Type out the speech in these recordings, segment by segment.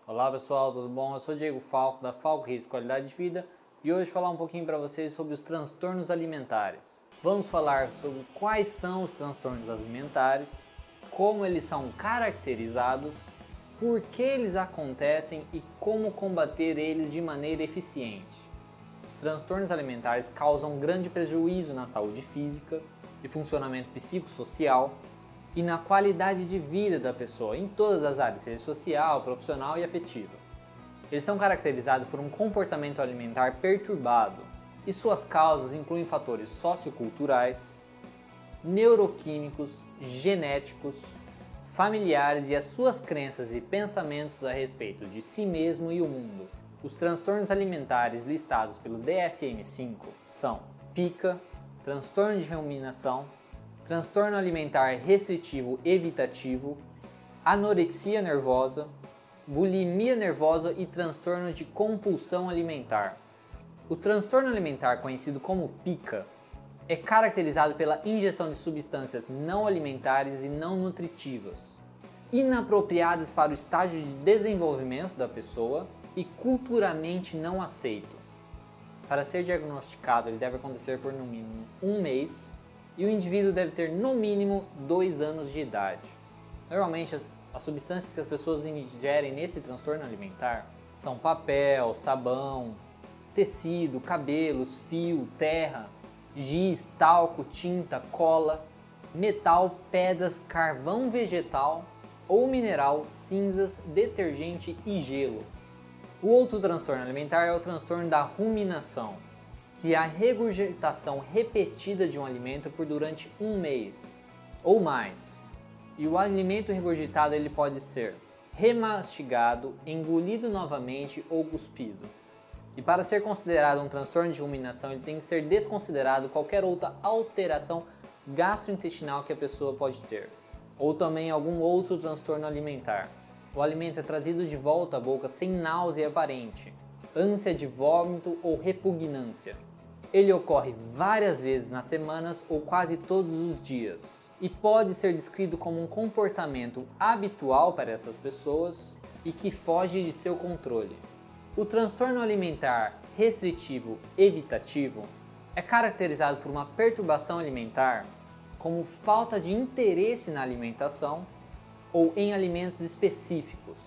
Olá pessoal, tudo bom? Eu sou Diego Falco da Falco Risco Qualidade de Vida e hoje vou falar um pouquinho para vocês sobre os transtornos alimentares. Vamos falar sobre quais são os transtornos alimentares, como eles são caracterizados, por que eles acontecem e como combater eles de maneira eficiente. Os transtornos alimentares causam grande prejuízo na saúde física e funcionamento psicossocial e na qualidade de vida da pessoa em todas as áreas, seja social, profissional e afetiva. Eles são caracterizados por um comportamento alimentar perturbado e suas causas incluem fatores socioculturais, neuroquímicos, genéticos, familiares e as suas crenças e pensamentos a respeito de si mesmo e o mundo. Os transtornos alimentares listados pelo DSM-5 são pica, transtorno de ruminação, transtorno alimentar restritivo evitativo, anorexia nervosa, bulimia nervosa e transtorno de compulsão alimentar. O transtorno alimentar, conhecido como pica, é caracterizado pela ingestão de substâncias não alimentares e não nutritivas, inapropriadas para o estágio de desenvolvimento da pessoa e culturalmente não aceito. Para ser diagnosticado, ele deve acontecer por no mínimo 1 mês e o indivíduo deve ter no mínimo 2 anos de idade. Normalmente, as substâncias que as pessoas ingerem nesse transtorno alimentar são papel, sabão, tecido, cabelos, fio, terra, giz, talco, tinta, cola, metal, pedras, carvão vegetal ou mineral, cinzas, detergente e gelo. O outro transtorno alimentar é o transtorno da ruminação, que é a regurgitação repetida de um alimento por durante 1 mês ou mais. E o alimento regurgitado ele pode ser remastigado, engolido novamente ou cuspido. E para ser considerado um transtorno de ruminação, ele tem que ser desconsiderado qualquer outra alteração gastrointestinal que a pessoa pode ter, ou também algum outro transtorno alimentar. O alimento é trazido de volta à boca sem náusea aparente, ânsia de vômito ou repugnância. Ele ocorre várias vezes nas semanas ou quase todos os dias e pode ser descrito como um comportamento habitual para essas pessoas e que foge de seu controle. O transtorno alimentar restritivo evitativo é caracterizado por uma perturbação alimentar como falta de interesse na alimentação ou em alimentos específicos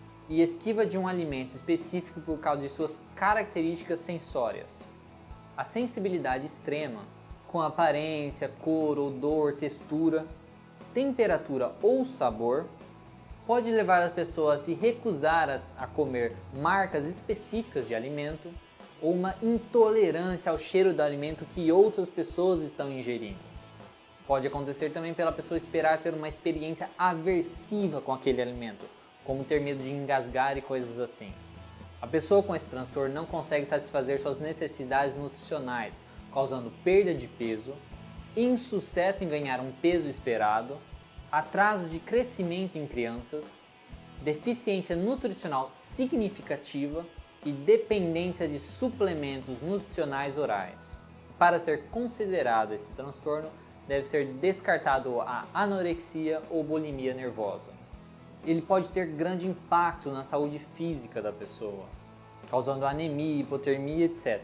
e esquiva de um alimento específico por causa de suas características sensórias. A sensibilidade extrema, com aparência, cor, odor, textura, temperatura ou sabor, pode levar a pessoa a se recusar a comer marcas específicas de alimento ou uma intolerância ao cheiro do alimento que outras pessoas estão ingerindo. Pode acontecer também pela pessoa esperar ter uma experiência aversiva com aquele alimento, como ter medo de engasgar e coisas assim. A pessoa com esse transtorno não consegue satisfazer suas necessidades nutricionais, causando perda de peso, insucesso em ganhar um peso esperado, atraso de crescimento em crianças, deficiência nutricional significativa e dependência de suplementos nutricionais orais. Para ser considerado esse transtorno, deve ser descartado a anorexia ou bulimia nervosa. Ele pode ter grande impacto na saúde física da pessoa, causando anemia, hipotermia, etc.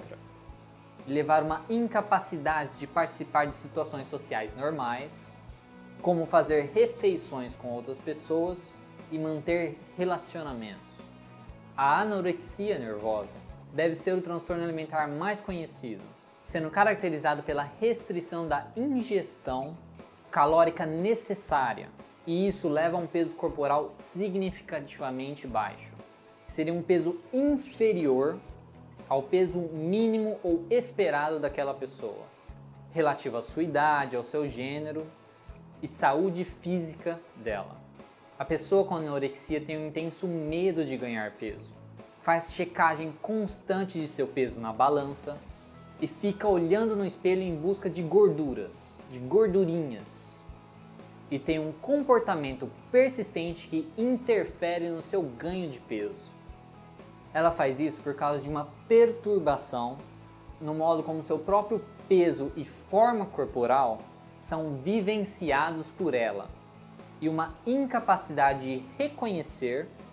E levar uma incapacidade de participar de situações sociais normais, como fazer refeições com outras pessoas e manter relacionamentos. A anorexia nervosa deve ser o transtorno alimentar mais conhecido, sendo caracterizado pela restrição da ingestão calórica necessária, e isso leva a um peso corporal significativamente baixo, que seria um peso inferior ao peso mínimo ou esperado daquela pessoa, relativo à sua idade, ao seu gênero e saúde física dela. A pessoa com anorexia tem um intenso medo de ganhar peso, faz checagem constante de seu peso na balança, e fica olhando no espelho em busca de gorduras, de gordurinhas. E tem um comportamento persistente que interfere no seu ganho de peso. Ela faz isso por causa de uma perturbação no modo como seu próprio peso e forma corporal são vivenciados por ela, e uma incapacidade de reconhecer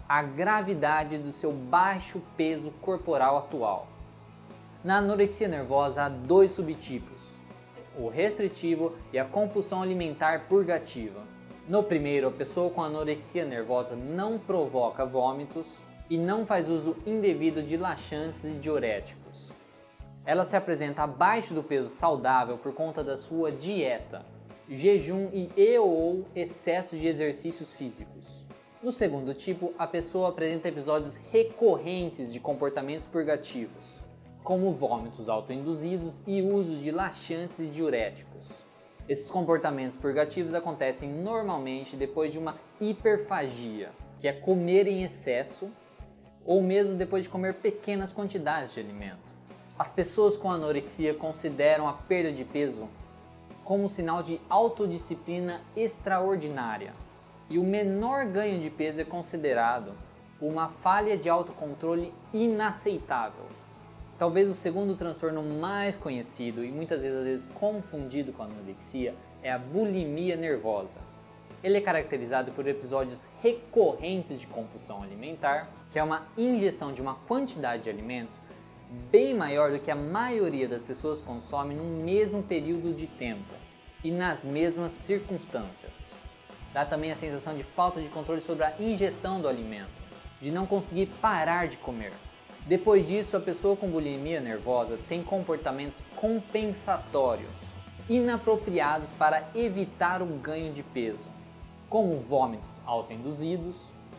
a gravidade do seu baixo peso corporal atual. Na anorexia nervosa há dois subtipos, o restritivo e a compulsão alimentar purgativa. No primeiro, a pessoa com anorexia nervosa não provoca vômitos e não faz uso indevido de laxantes e diuréticos. Ela se apresenta abaixo do peso saudável por conta da sua dieta, jejum ou excesso de exercícios físicos. No segundo tipo, a pessoa apresenta episódios recorrentes de comportamentos purgativos, como vômitos autoinduzidos e uso de laxantes e diuréticos. Esses comportamentos purgativos acontecem normalmente depois de uma hiperfagia, que é comer em excesso, ou mesmo depois de comer pequenas quantidades de alimento. As pessoas com anorexia consideram a perda de peso como um sinal de autodisciplina extraordinária, e o menor ganho de peso é considerado uma falha de autocontrole inaceitável. Talvez o segundo transtorno mais conhecido e muitas vezes confundido com a anorexia é a bulimia nervosa. Ele é caracterizado por episódios recorrentes de compulsão alimentar, que é uma ingestão de uma quantidade de alimentos bem maior do que a maioria das pessoas consome no mesmo período de tempo e nas mesmas circunstâncias. Dá também a sensação de falta de controle sobre a ingestão do alimento, de não conseguir parar de comer. Depois disso, a pessoa com bulimia nervosa tem comportamentos compensatórios, inapropriados para evitar o ganho de peso, como vômitos autoinduzidos,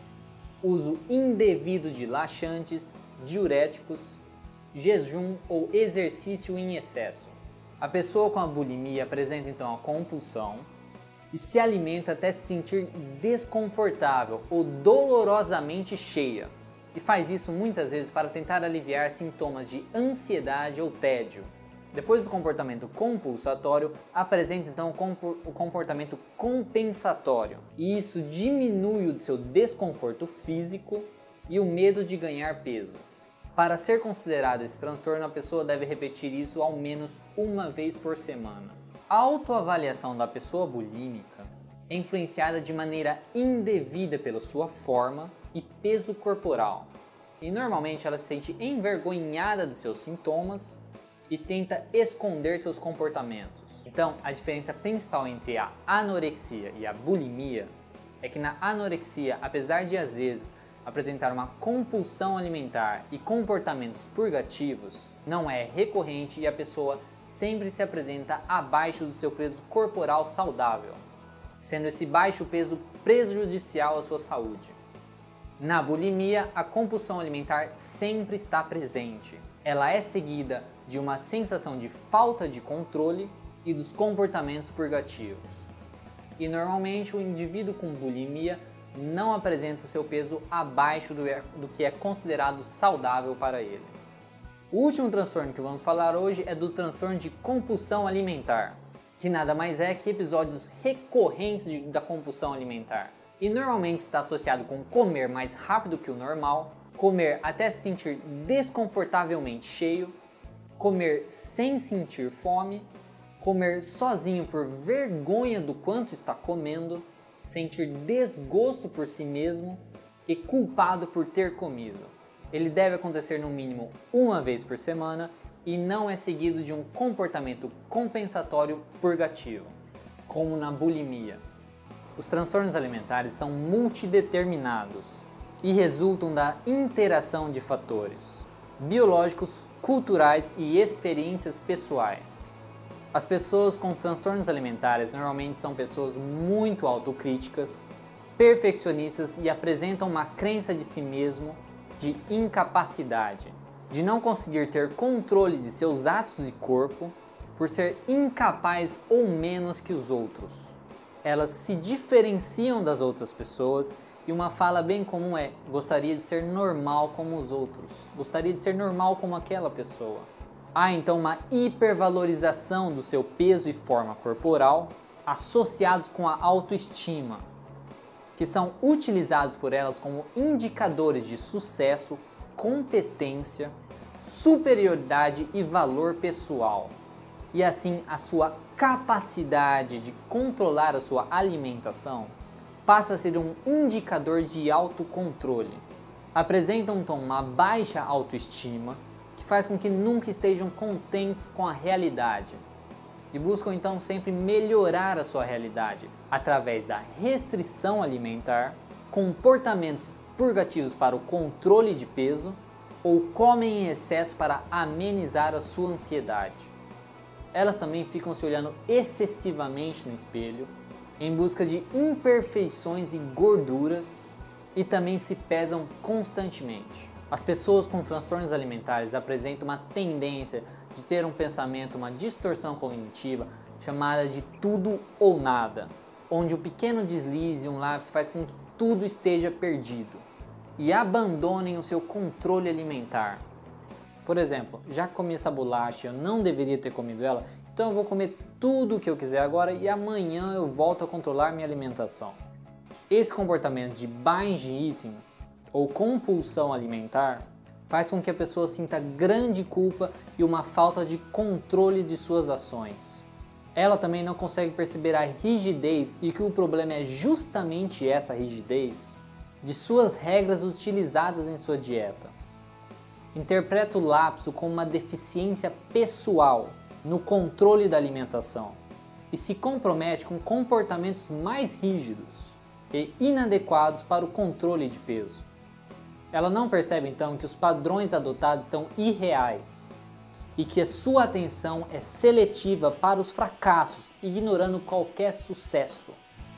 uso indevido de laxantes, diuréticos, jejum ou exercício em excesso. A pessoa com a bulimia apresenta então a compulsão e se alimenta até se sentir desconfortável ou dolorosamente cheia. E faz isso muitas vezes para tentar aliviar sintomas de ansiedade ou tédio. Depois do comportamento compulsatório, apresenta então o comportamento compensatório. E isso diminui o seu desconforto físico e o medo de ganhar peso. Para ser considerado esse transtorno, a pessoa deve repetir isso ao menos uma vez por semana. A autoavaliação da pessoa bulímica é influenciada de maneira indevida pela sua forma e peso corporal. E normalmente ela se sente envergonhada dos seus sintomas e tenta esconder seus comportamentos. Então, a diferença principal entre a anorexia e a bulimia é que na anorexia, apesar de às vezes apresentar uma compulsão alimentar e comportamentos purgativos, não é recorrente e a pessoa sempre se apresenta abaixo do seu peso corporal saudável, sendo esse baixo peso prejudicial à sua saúde. Na bulimia, a compulsão alimentar sempre está presente. Ela é seguida de uma sensação de falta de controle e dos comportamentos purgativos. E normalmente o indivíduo com bulimia não apresenta o seu peso abaixo do que é considerado saudável para ele. O último transtorno que vamos falar hoje é do transtorno de compulsão alimentar, que nada mais é que episódios recorrentes da compulsão alimentar. E normalmente está associado com comer mais rápido que o normal, comer até se sentir desconfortavelmente cheio, comer sem sentir fome, comer sozinho por vergonha do quanto está comendo, sentir desgosto por si mesmo e culpado por ter comido. Ele deve acontecer no mínimo uma vez por semana e não é seguido de um comportamento compensatório purgativo, como na bulimia. Os transtornos alimentares são multideterminados e resultam da interação de fatores biológicos, culturais e experiências pessoais. As pessoas com transtornos alimentares normalmente são pessoas muito autocríticas, perfeccionistas e apresentam uma crença de si mesmo de incapacidade, de não conseguir ter controle de seus atos e corpo por ser incapaz ou menos que os outros. Elas se diferenciam das outras pessoas e uma fala bem comum é: gostaria de ser normal como os outros, gostaria de ser normal como aquela pessoa. Há então uma hipervalorização do seu peso e forma corporal associados com a autoestima, que são utilizados por elas como indicadores de sucesso, competência, superioridade e valor pessoal. E assim a sua capacidade de controlar a sua alimentação passa a ser um indicador de autocontrole. Apresentam então uma baixa autoestima, que faz com que nunca estejam contentes com a realidade e buscam então sempre melhorar a sua realidade através da restrição alimentar, comportamentos purgativos para o controle de peso ou comem em excesso para amenizar a sua ansiedade. Elas também ficam se olhando excessivamente no espelho em busca de imperfeições e gorduras e também se pesam constantemente. As pessoas com transtornos alimentares apresentam uma tendência de ter um pensamento, uma distorção cognitiva chamada de tudo ou nada, onde um pequeno deslize, um lápis faz com que tudo esteja perdido e abandonem o seu controle alimentar. Por exemplo, já comi essa bolacha, eu não deveria ter comido ela, então eu vou comer tudo o que eu quiser agora e amanhã eu volto a controlar minha alimentação. Esse comportamento de binge eating ou compulsão alimentar faz com que a pessoa sinta grande culpa e uma falta de controle de suas ações. Ela também não consegue perceber a rigidez e que o problema é justamente essa rigidez de suas regras utilizadas em sua dieta. Interpreta o lapso como uma deficiência pessoal no controle da alimentação e se compromete com comportamentos mais rígidos e inadequados para o controle de peso. Ela não percebe então que os padrões adotados são irreais e que a sua atenção é seletiva para os fracassos, ignorando qualquer sucesso.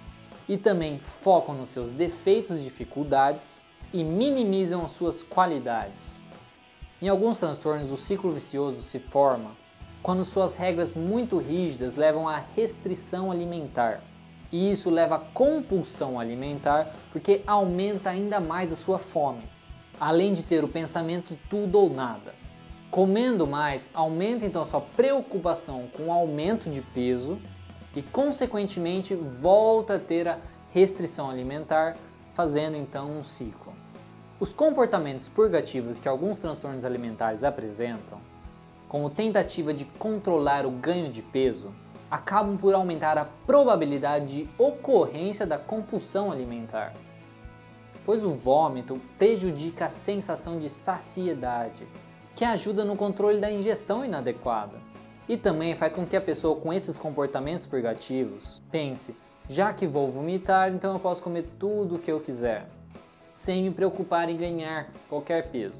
E também focam nos seus defeitos e dificuldades e minimizam as suas qualidades. Em alguns transtornos, o ciclo vicioso se forma quando suas regras muito rígidas levam à restrição alimentar. E isso leva à compulsão alimentar porque aumenta ainda mais a sua fome, além de ter o pensamento tudo ou nada. Comendo mais, aumenta então a sua preocupação com o aumento de peso e consequentemente volta a ter a restrição alimentar, fazendo então um ciclo. Os comportamentos purgativos que alguns transtornos alimentares apresentam, como tentativa de controlar o ganho de peso, acabam por aumentar a probabilidade de ocorrência da compulsão alimentar, pois o vômito prejudica a sensação de saciedade, que ajuda no controle da ingestão inadequada, e também faz com que a pessoa com esses comportamentos purgativos pense: já que vou vomitar, então eu posso comer tudo o que eu quiser, sem me preocupar em ganhar qualquer peso.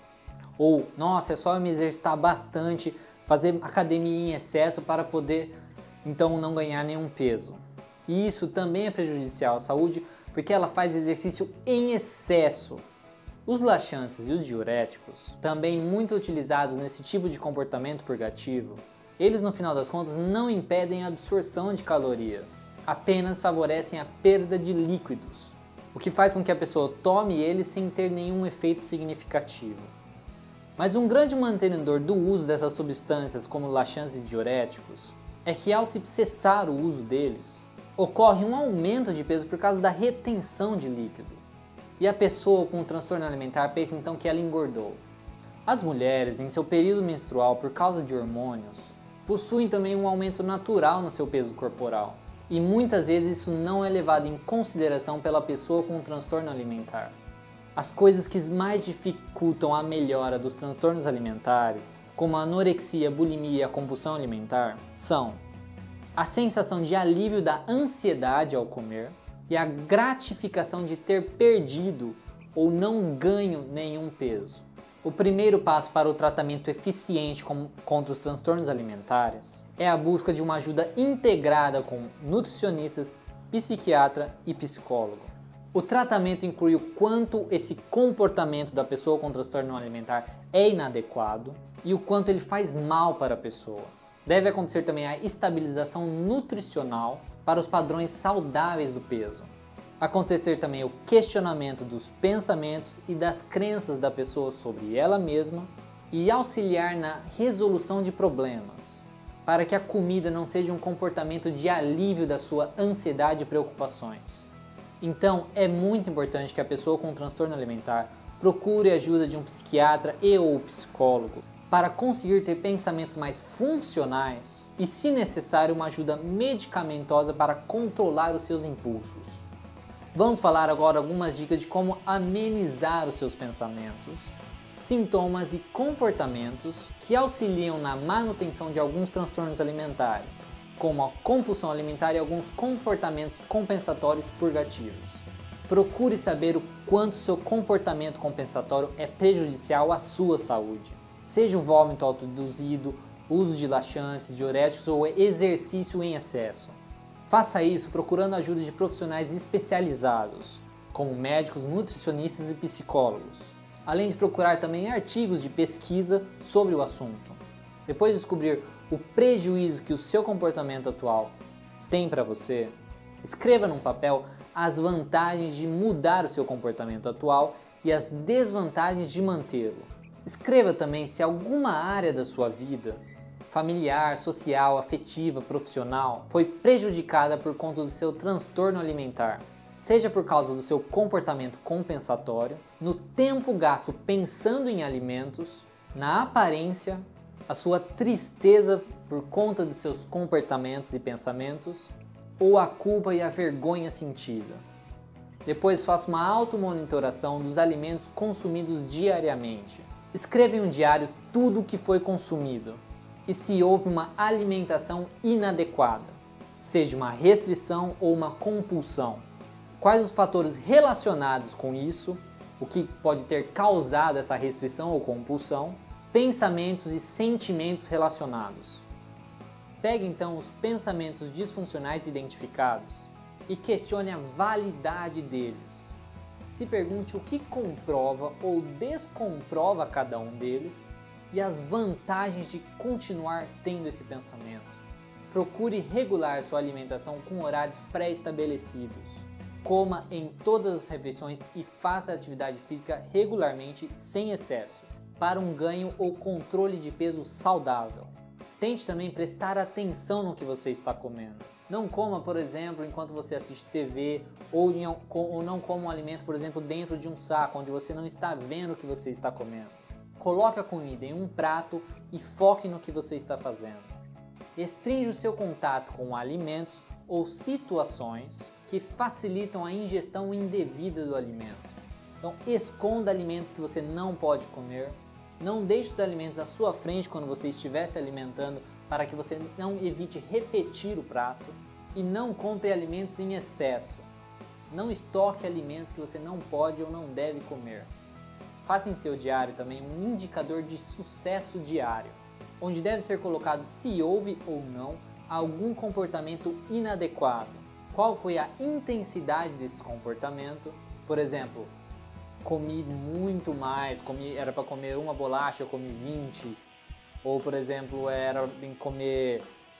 Ou, nossa, é só eu me exercitar bastante, fazer academia em excesso para poder então não ganhar nenhum peso. E isso também é prejudicial à saúde porque ela faz exercício em excesso. Os laxantes e os diuréticos, também muito utilizados nesse tipo de comportamento purgativo, eles no final das contas não impedem a absorção de calorias, apenas favorecem a perda de líquidos, o que faz com que a pessoa tome eles sem ter nenhum efeito significativo. Mas um grande mantenedor do uso dessas substâncias como laxantes e diuréticos é que ao se cessar o uso deles, ocorre um aumento de peso por causa da retenção de líquido. E a pessoa com um transtorno alimentar pensa então que ela engordou. As mulheres, em seu período menstrual, por causa de hormônios, possuem também um aumento natural no seu peso corporal. E muitas vezes isso não é levado em consideração pela pessoa com um transtorno alimentar. As coisas que mais dificultam a melhora dos transtornos alimentares, como a anorexia, bulimia e a compulsão alimentar, são a sensação de alívio da ansiedade ao comer e a gratificação de ter perdido ou não ganho nenhum peso. O primeiro passo para o tratamento eficiente contra os transtornos alimentares é a busca de uma ajuda integrada com nutricionistas, psiquiatra e psicólogo. O tratamento inclui o quanto esse comportamento da pessoa com transtorno alimentar é inadequado e o quanto ele faz mal para a pessoa. Deve acontecer também a estabilização nutricional para os padrões saudáveis do peso. Acontecer também o questionamento dos pensamentos e das crenças da pessoa sobre ela mesma e auxiliar na resolução de problemas, para que a comida não seja um comportamento de alívio da sua ansiedade e preocupações. Então, é muito importante que a pessoa com transtorno alimentar procure a ajuda de um psiquiatra ou psicólogo para conseguir ter pensamentos mais funcionais e, se necessário, uma ajuda medicamentosa para controlar os seus impulsos. Vamos falar agora algumas dicas de como amenizar os seus pensamentos, sintomas e comportamentos que auxiliam na manutenção de alguns transtornos alimentares, como a compulsão alimentar e alguns comportamentos compensatórios purgativos. Procure saber o quanto seu comportamento compensatório é prejudicial à sua saúde, seja o vômito autoinduzido, uso de laxantes, diuréticos ou exercício em excesso. Faça isso procurando a ajuda de profissionais especializados, como médicos, nutricionistas e psicólogos, além de procurar também artigos de pesquisa sobre o assunto. Depois de descobrir o prejuízo que o seu comportamento atual tem para você, escreva num papel as vantagens de mudar o seu comportamento atual e as desvantagens de mantê-lo. Escreva também se alguma área da sua vida, familiar, social, afetiva, profissional, foi prejudicada por conta do seu transtorno alimentar, seja por causa do seu comportamento compensatório, no tempo gasto pensando em alimentos, na aparência, a sua tristeza por conta de seus comportamentos e pensamentos, ou a culpa e a vergonha sentida. Depois faça uma automonitoração dos alimentos consumidos diariamente. Escreva em um diário tudo o que foi consumido e se houve uma alimentação inadequada, seja uma restrição ou uma compulsão. Quais os fatores relacionados com isso, o que pode ter causado essa restrição ou compulsão, pensamentos e sentimentos relacionados. Pegue então os pensamentos disfuncionais identificados e questione a validade deles. Se pergunte o que comprova ou descomprova cada um deles e as vantagens de continuar tendo esse pensamento. Procure regular sua alimentação com horários pré-estabelecidos. Coma em todas as refeições e faça atividade física regularmente sem excesso, para um ganho ou controle de peso saudável. Tente também prestar atenção no que você está comendo. Não coma, por exemplo, enquanto você assiste TV ou não coma um alimento, por exemplo, dentro de um saco, onde você não está vendo o que você está comendo. Coloque a comida em um prato e foque no que você está fazendo. Restringe o seu contato com alimentos ou situações que facilitam a ingestão indevida do alimento. Então, esconda alimentos que você não pode comer. Não deixe os alimentos à sua frente quando você estiver se alimentando para que você não evite repetir o prato. E não compre alimentos em excesso. Não estoque alimentos que você não pode ou não deve comer. Faça em seu diário também um indicador de sucesso diário, onde deve ser colocado se houve ou não algum comportamento inadequado. Qual foi a intensidade desse comportamento? Por exemplo, comi muito mais, era para comer uma bolacha, eu comi 20. Ou, por exemplo, era em comer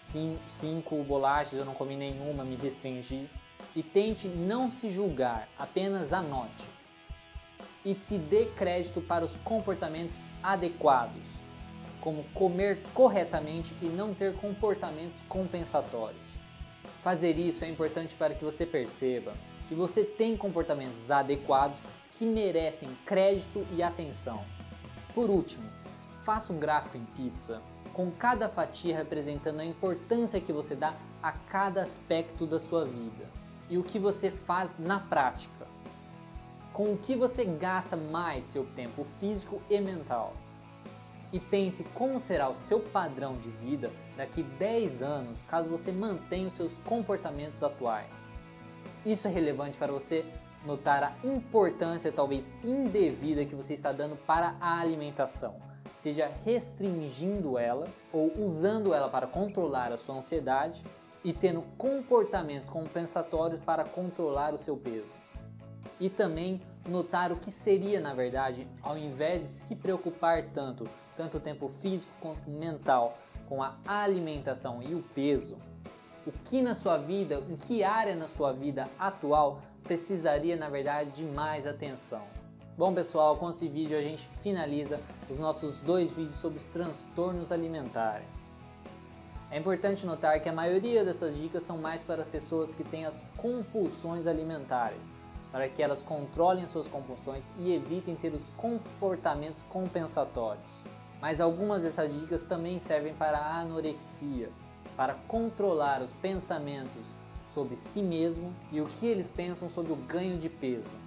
5 bolachas, eu não comi nenhuma, me restringi. E tente não se julgar, apenas anote. E se dê crédito para os comportamentos adequados, como comer corretamente e não ter comportamentos compensatórios. Fazer isso é importante para que você perceba que você tem comportamentos adequados que merecem crédito e atenção. Por último, faça um gráfico em pizza, com cada fatia representando a importância que você dá a cada aspecto da sua vida e o que você faz na prática. Com o que você gasta mais seu tempo físico e mental. E pense como será o seu padrão de vida daqui 10 anos caso você mantenha os seus comportamentos atuais. Isso é relevante para você notar a importância talvez indevida que você está dando para a alimentação, seja restringindo ela ou usando ela para controlar a sua ansiedade e tendo comportamentos compensatórios para controlar o seu peso. E também notar o que seria, na verdade, ao invés de se preocupar tanto tempo físico quanto mental, com a alimentação e o peso, o que na sua vida, em que área na sua vida atual precisaria, na verdade, de mais atenção. Bom, pessoal, com esse vídeo a gente finaliza os nossos 2 vídeos sobre os transtornos alimentares. É importante notar que a maioria dessas dicas são mais para pessoas que têm as compulsões alimentares, para que elas controlem as suas compulsões e evitem ter os comportamentos compensatórios. Mas algumas dessas dicas também servem para a anorexia, para controlar os pensamentos sobre si mesmo e o que eles pensam sobre o ganho de peso.